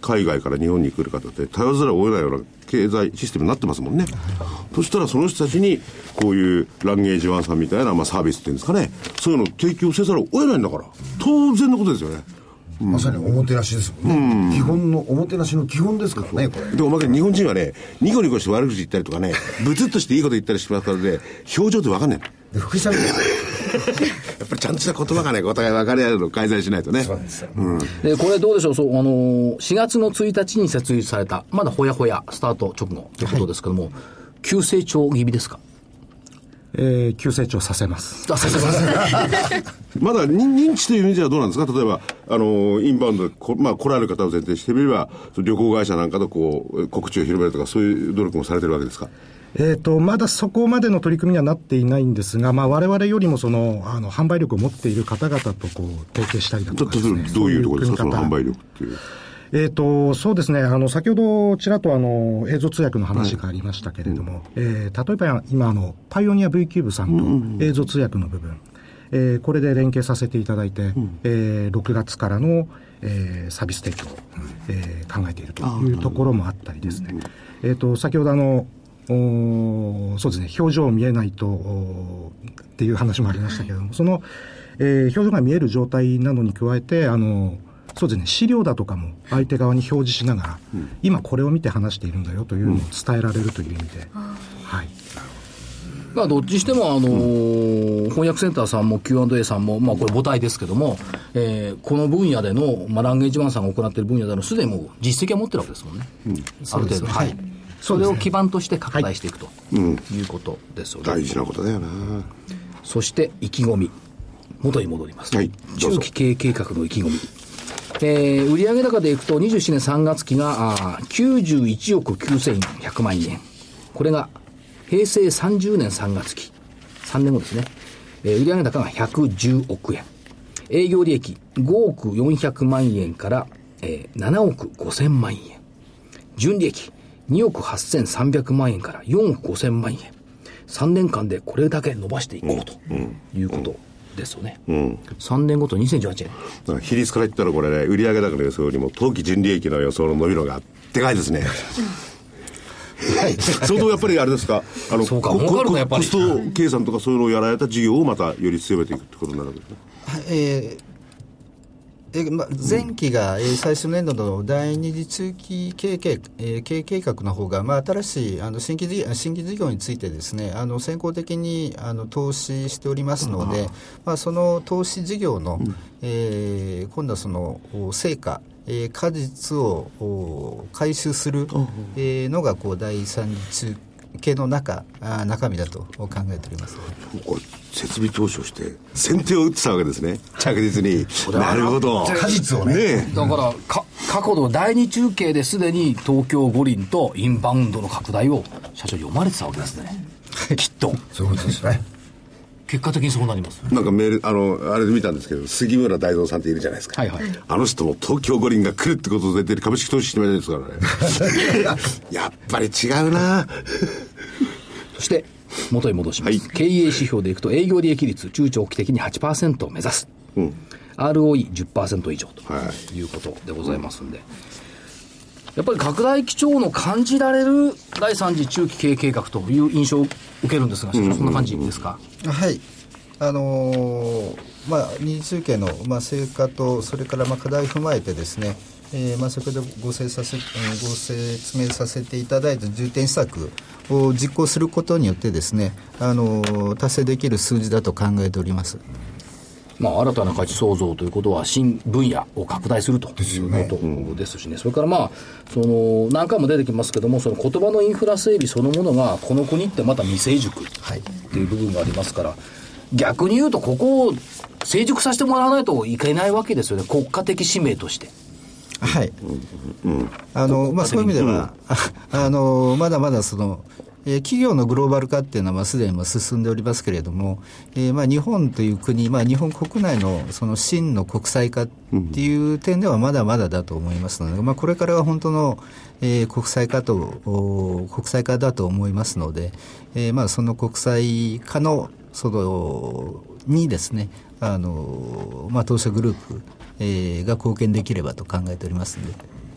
海外から日本に来る方って頼らざるを得ないような経済システムになってますもんね。そしたらその人たちにこういうランゲージワンさんみたいな、まあ、サービスっていうんですかね、そういうのを提供せざるを得ないんだから当然のことですよね。 うん、まさにおもてなしですもんね、うん、基本のおもてなしの基本ですからねこれ。 でおまけに日本人はねニコニコして悪口言ったりとかねブツッとしていいこと言ったりしますからね表情って分かんないで福井さんやっぱりちゃんとした言葉がねお互い分かり合うのを開催しないとね。 そうですよ、 うん、でこれどうでしょう、そうあのしがつのついたちに設立されたまだほやほやスタート直後ということですけども、はい、急成長気味ですか。 えー、急成長させます。 あ、させますまだ認知という意味ではどうなんですか。例えばあのインバウンドでこ、まあ、来られる方を前提してみれば旅行会社なんかとこう告知を広めるとかそういう努力もされてるわけですか。 えーと、まだそこまでの取り組みにはなっていないんですが、まあ、我々よりもそのあの販売力を持っている方々とこう提携したりだとかですね。 どういうところですか、その販売力っていう。 えーと、そうですね、あの先ほどちらっとあの映像通訳の話がありましたけれども、はい、えー、例えば今あのパイオニア V キューブさんと映像通訳の部分、えー、これで連携させていただいて、うん、えー、ろくがつからの、えー、サービス提供を、えー、考えているというところもあったりですね、えーと、先ほどあのおそうですね、表情見えないとっていう話もありましたけれども、その、えー、表情が見える状態なのに加えてあのそうですね、資料だとかも相手側に表示しながら、うん、今これを見て話しているんだよというのを伝えられるという意味で、うん、はい。 まあ、どっちしても、あのーうん、翻訳センターさんも キューアンドエー さんも、まあ、これ母体ですけども、えー、この分野での、まあ、ランゲージワンさんが行っている分野でのすでにもう実績は持ってるわけですもんね、うん、ある程度、はい、それを基盤として拡大していくと、はい、いうことですよね。 大事なことだよな。 そして意気込み元に戻ります、はい、中期経営計画の意気込み、えー、売上高でいくとにじゅうななねんさんがつ期がきゅうじゅういちおくきゅうせんひゃくまんえん、これが平成さんじゅうねんさんがつ期さんねんごですね、えー、売上高がひゃくじゅうおくえん、営業利益ごおくよんひゃくまんえんから、えー、ななおくごせんまんえん、純利益におくはっせんさんびゃくまんえんからよんおくごせんまんえん、さんねんかんでこれだけ伸ばしていこうということ、うんうんですよね、うん、さんねんごとにせんじゅうはちねん、 だから比率から言ったらこれね、売上高の予想よりも当期純利益の予想の伸びのがでかいですねはい、相当やっぱりあれですか、あのそうか、儲かるのやっぱりコスト計算とかそういうのをやられた事業をまたより強めていくってことになるわけですね。 はい、えーえま、前期が、うん、えー、最初年度の第二次中期経営計、えー、経営計画の方が、まあ、新しいあの新規事新規事業についてですね、あの先行的にあの投資しておりますので、うん、まあ、その投資事業の、うん、えー、今度はその成果、えー、果実を回収する、うん、えー、のがこう第三次中系の中あ中身だと考えております。 これ設備投資をして先手を打ってたわけですね、着実に。なるほど、 果実を ね, ねだからか過去の第二中継ですでに東京五輪とインバウンドの拡大を社長読まれてたわけですねきっとそういうことですね。 結果的にそうなります。 なんかメールあのあれで見たんですけど、杉村大蔵さんっているじゃないですか、 はいはい、 あの人も東京五輪が来るってことで株式投資してみたいですからねやっぱり違うなそして元に戻します、はい、経営指標でいくと営業利益率中長期的に はちパーセント を目指す、うん、アールオーイーじゅっパーセント 以上ということでございますんで、はい、やっぱり拡大基調の感じられる第三次中期経営計画という印象を受けるんですが、そんな感じですか。 はい、あのーまあ、二次中継の、まあ、成果とそれからまあ課題を踏まえてですね、えーまあ、先ほどご説させ、ご説明させていただいた重点施策を実行することによってですね、あの達成できる数字だと考えております。 まあ、新たな価値創造ということは新分野を拡大するということですしね、それからまあその何回も出てきますけども、その言葉のインフラ整備そのものがこの国ってまた未成熟っていう部分がありますから、逆に言うとここを成熟させてもらわないといけないわけですよね、国家的使命として。 はい、あのまあ、そういう意味では、うん、あのまだまだその、えー、企業のグローバル化っていうのはまあすでに進んでおりますけれども、えー、まあ日本という国、まあ、日本国内のその真の国際化っていう点ではまだまだだと思いますので、まあ、これからは本当の、えー、国際化と国際化だと思いますので、えー、まあその国際化のそのにですね、あのまあ、当社グループえー、が貢献できればと考えておりますので。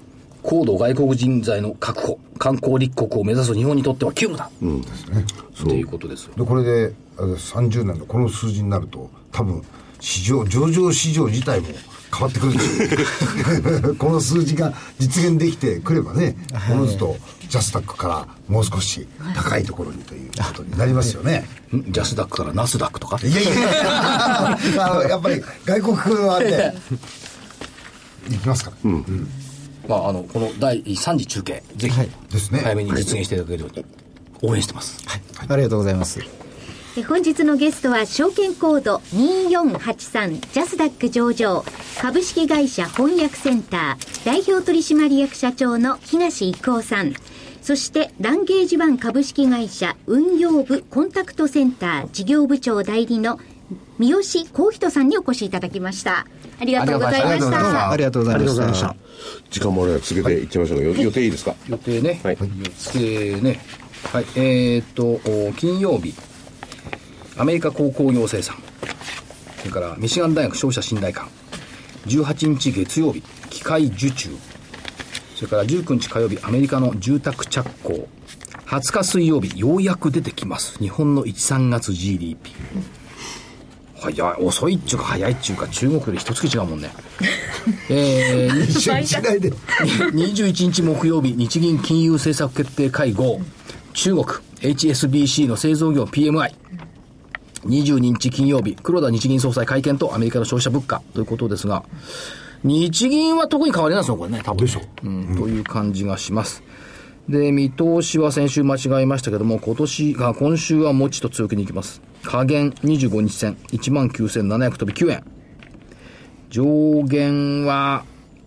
高度外国人材の確保、観光立国を目指す日本にとっては急務だ。 うんですね。 ということですよ。 でこれでさんじゅうねんのこの数字になると多分市場上場市場自体も変わってくるんですよこの数字が実現できてくればね、おのずとジャスダックからもう少し高いところにということになりますよね。 ジャスダックからナスダックとか。 いやいやいやあのやっぱり外国はあっていきますから、うんうん、 まあ、あのこのだいさん次中継ぜひ早めに実現していただけるように応援してます、 はいはい、ありがとうございます。 本日のゲストは証券コードによんはちさんジャスダック上場株式会社翻訳センター代表取締役社長の東郁夫さん、そしてランゲージワン株式会社運用部コンタクトセンター事業部長代理の三好幸人さんにお越しいただきました。ありがとうございました。 ありがとうございました。 時間もあれば続けていっちゃいましょうか、はい、予定いいですか。 予定ね、はい、予定ね、はい、えー、っと金曜日アメリカ鉱工業生産、それからミシガン大学商社信頼館、じゅうはちにち月曜日機械受注、それからじゅうくにち火曜日アメリカの住宅着工、はつか水曜日ようやく出てきます日本のいちさんがつ ジーディーピー。 早い、遅いっちゅうか早いっちゅうか中国より一月違うもんねえー、にじゅういちにち木曜日日銀金融政策決定会合、中国 エイチエスビーシー の製造業 ピーエムアイ、にじゅうににち金曜日黒田日銀総裁会見とアメリカの消費者物価ということですが、日銀は特に変わりないですよこれね、多分でしょう、うん、という感じがします。で見通しは先週間違えましたけども、今年が今週はもうちょっと強気にいきます。下限にじゅうごにち線 いちまんきゅうせんななひゃくとびきゅうえん、上限は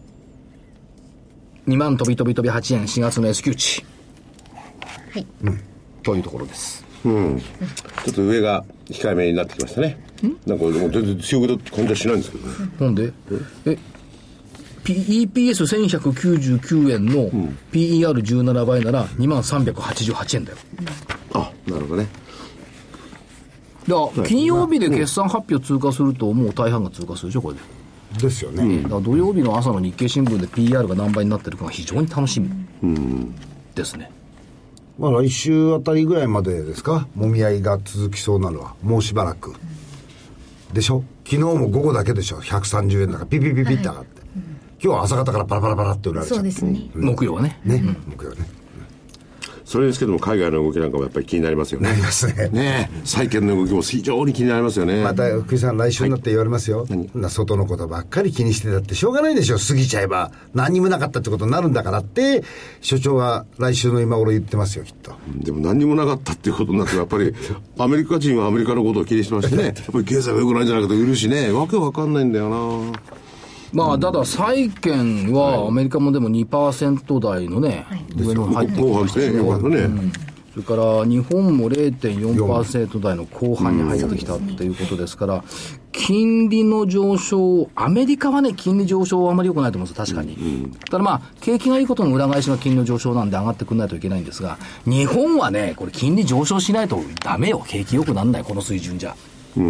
にまんとびとびとびはちえん、しがつの S q 値、はい、うん、というところです。 うん、ちょっと上が控えめになってきましたね。なんかもう全然強気だって感じはしないんですけどね。 なんでえ イーピーエスせんひゃくきゅうじゅうきゅうえんの ピーイーアールじゅうなな 倍なら にまんさんびゃくはちじゅうはちえんだよ、 うん、あ、なるほどね。 だから金曜日で決算発表通過するともう大半が通過するでしょこれで。 ですよね、 うん、だから土曜日の朝の日経新聞で ピーイーアール が何倍になってるかが非常に楽しみですね。 まあ来週あたりぐらいまでですか、もみ合いが続きそうなのはもうしばらくでしょ。昨日も午後だけでしょ、ひゃくさんじゅうえんだからピピピピって上がって、はい、今日は朝方からパラパラパラって売られちゃって、そうですね、 うん、木曜はねね、うん、木曜ね、 それですけども海外の動きなんかもやっぱり気になりますよね。 なりますね。 ねえ、債券の動きも非常に気になりますよね。 また福井さん来週になって言われますよ、はい、な外のことばっかり気にしてたってしょうがないでしょ、過ぎちゃえば何にもなかったってことになるんだからって所長は来週の今頃言ってますよきっと。 でも何にもなかったっていうことになってやっぱりアメリカ人はアメリカのことを気にしてましてねやっぱり経済が良くないんじゃないかと言うしね、わけわかんないんだよな。 まあ、ただ債券はアメリカもでも にパーセント 台のね、はい、上の入ってきましたね、うん、それから日本も れいてんよんパーセント 台の後半に入ってきたっていうことですから、金利の上昇、アメリカはね金利上昇はあまり良くないと思うんです確かに、うん、ただまあ景気がいいことの裏返しが金利の上昇なんで上がってくんないといけないんですが、日本はねこれ金利上昇しないとダメよ、景気良くなんないこの水準じゃ。うん、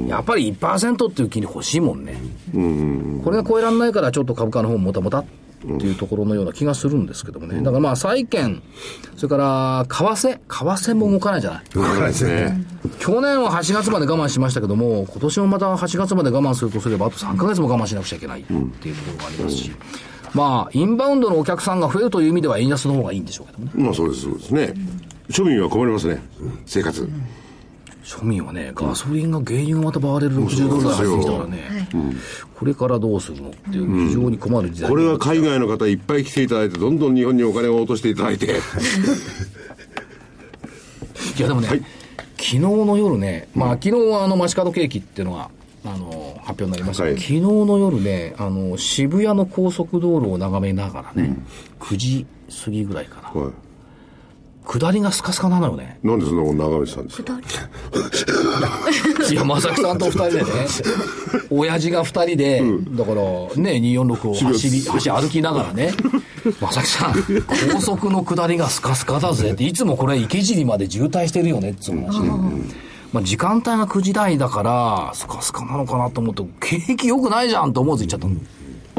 やっぱり いちパーセント っていう金利欲しいもんね、うん、これが超えられないからちょっと株価の方ももたもたっていうところのような気がするんですけどもね、だからまあ債券、それから為替為替も動かないじゃない、 動かないですね。 去年ははちがつまで我慢しましたけども、今年もまたはちがつまで我慢するとすればあとさんかげつも我慢しなくちゃいけないっていうところがありますし、まあインバウンドのお客さんが増えるという意味では円安の方がいいんでしょうけどね。 まあそうですそうですね。庶民は困りますね、生活。 庶民はね、ガソリンが原油がまたバーレルろくじゅうドル台入ってきたからね、うん、これからどうするのっていう非常に困る時代、 うん、これは海外の方いっぱい来ていただいてどんどん日本にお金を落としていただいていやでもね、はい、昨日の夜ね、まあ昨日はあの街角景気っていうのがあの発表になりましたけど、はい、昨日の夜ね、あの渋谷の高速道路を眺めながらね、うん、くじ過ぎぐらいかな、はい、下りがスカスカなのよね。 なんでそんなこと眺めてたんですか。 いや、正木さんと二人でね、親父が二人で、うん、だからね、にひゃくよんじゅうろくを走り、走歩きながらね、正木さん、高速の下りがスカスカだぜって、いつもこれ池尻まで渋滞してるよねっていう話で、うん、まあ時間帯がくじ台だから、スカスカなのかなと思って、景気良くないじゃんと思わず言っちゃったの。 い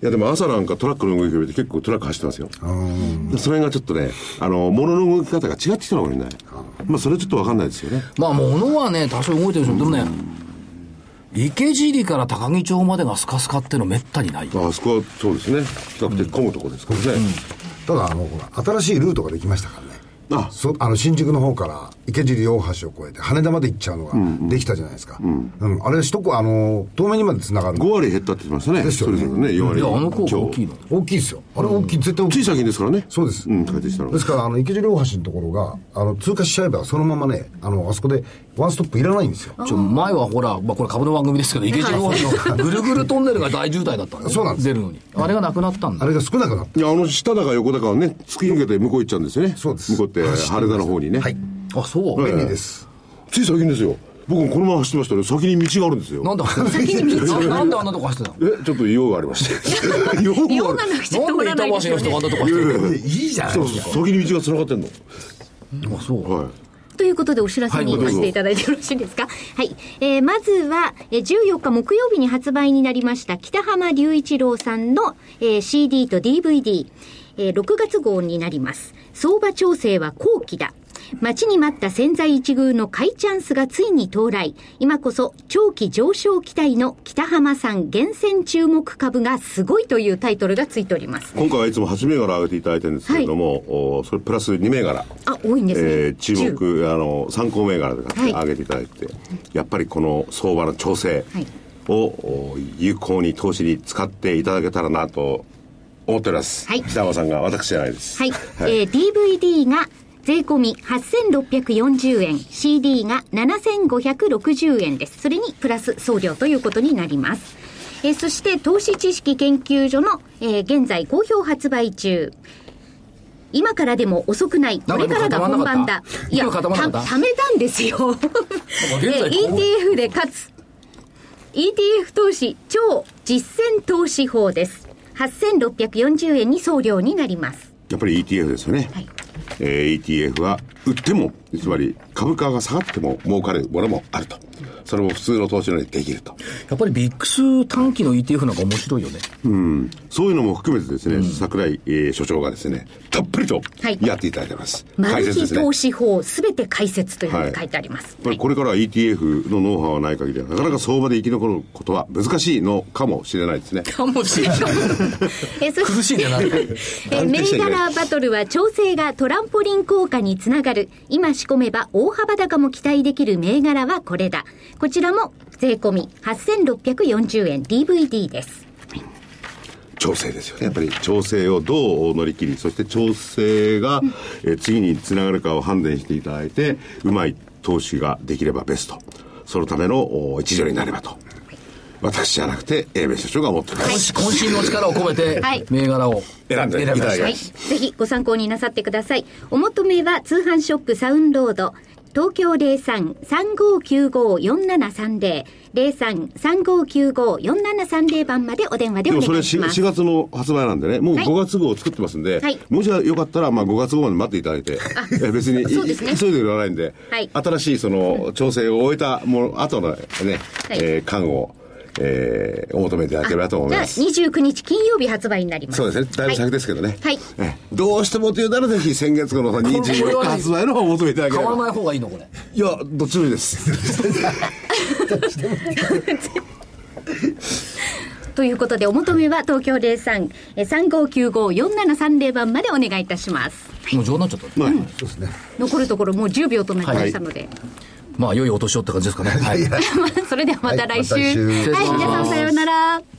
やでも朝なんかトラックの動きを見て結構トラック走ってますよ。それがちょっとね、あの物の動き方が違ってきたのかもしれない。まあそれはちょっと分かんないですよね。 まあ物はね多少動いてるんですよ。でもね、池尻から高木町までがスカスカっていうのめったにない。 あそこはそうですね、比較的混むところですからね、うんうん、 ただあのほら新しいルートができましたからね。あそあの新宿の方から池尻大橋を越えて羽田まで行っちゃうのができたじゃないですか、うんうんうん、あれ首都高あの遠目にまでつながるご割減ったって言ってましたね。 ですよね。 それぞれねよ割。 いやあの効果大きいの。 大きいですよ。あれ大きい、うん、絶対大きい。 つい先ですからね。 そうです、 うん、帰ってきたのですからあの池尻大橋のところがあの通過しちゃえばそのままね、あのあそこでワンストップいらないんですよ。 ちょ前はほら、まあ、これ株の番組ですけど池尻大橋のぐるぐるトンネルが大渋滞だったんでそうなんです。 出るのにあれがなくなったんだ。 あれが少なくなった。 いやあの下だか横だかはね突き抜けて向こう行っちゃうんですよね。 そうです。 向こうって羽田の方にね。 はい。 あそう便利です。 つい最近ですよ。僕もこのまま走ってましたね。先に道があるんですよ。 なんで先に道ななんであんなとこ走ってたの。 えちょっと用がありまして用がなくちゃ通らないですよね。 なんで板橋の人があんなとこ走ってる。 いいじゃないですか。 先に道が繋がってんの。 あそう。 はい。 ということでお知らせにさせていただいてよろしいですか。はい、えー、まずはじゅうよっか木曜日に発売になりました北浜隆一郎さんの、えー、シーディー と ディーブイディー、えー、ろくがつ号になります。相場調整は後期だ。待ちに待った千載一遇の買いチャンスがついに到来。今こそ長期上昇期待の北浜さん厳選注目株がすごいというタイトルがついております。 今回はいつもはち銘柄上げていただいてるんですけれども、はい、おそれプラスに銘柄あ多いんですね、 えー、注目あの参考銘柄で上げていただいて、はい、やっぱりこの相場の調整を、はい、有効に投資に使っていただけたらなと思っております、はい、北浜さんが私じゃないです、 はいはい、えー、ディーブイディー が税込みはっせんろっぴゃくよんじゅうえん、 シーディー がななせんごひゃくろくじゅうえんです。それにプラス送料ということになります。えー、そして投資知識研究所の、えー、現在好評発売中。今からでも遅くない。これからが本番だ。いや、た、ためたんですよ。えー、イーティーエフ でかつ イーティーエフ 投資超実践投資法です。はっせんろっぴゃくよんじゅうえんに送料になります。 やっぱり イーティーエフ ですよね。はい、えー、イーティーエフ は売ってもつまり株価が下がっても儲かるものもあると。それも普通の投資のようにできると。 やっぱりビックス短期の イーティーエフ なんか面白いよね。 うん、そういうのも含めてですね、うん、櫻井、えー、所長がですねたっぷりとやっていただいてます、 はい、マル秘投資法すべて解説というふうに書いてあります、 はい、これからは イーティーエフ のノウハウはない限りはなかなか相場で生き残ることは難しいのかもしれないですね。 かもしれないえそ苦しいじゃないえ銘柄バトルは調整がトランポリン効果につながる。今仕込めば大幅高も期待できる銘柄はこれだ。こちらも税込みはっせんろっぴゃくよんじゅうえん ディーブイディー です。 調整ですよね。やっぱり調整をどう乗り切り、そして調整が、うん、え次につながるかを判断していただいて、うまい投資ができればベスト。そのための一助になればと。私じゃなくて英明所長が思っております。 渾身の力を込めて、はい、銘柄を選んでいただきます、 はい、ぜひご参考になさってください。お求めは通販ショップサウンロード東京 ゼロさん さんごきゅうご よんななさんゼロ ゼロさん さんごきゅうご よんななさんゼロ 番までお電話でお願いします。 でもそれしがつの発売なんでね、もうごがつ号を作ってますんで、はい、もしよかったらまあごがつ号まで待っていただいて、え別に、ね、急いで売らないんで、はい、新しいその調整を終えたもの後のね、はい、えー、缶をえー、お求めいただければと思います。 じゃあにじゅうくにち金曜日発売になります。 そうですね。だいぶ先ですけどね。 はい。 えどうしてもというならぜひ先月号のにじゅうよっか発売の方をお求めいただければ。 買わない方がいいのこれ。 いや、どっちもいいです。 ということでお求めは東京 ゼロさん さんごきゅうご よんななさんゼロ 番までお願いいたします。 もう上手になっちゃった。 うん、そうですね。残るところもうじゅうびょうとなりましたので。はい、 まあ良いお年をって感じですかね。はい。 それではまた来週。はい、はい、皆さんさようなら。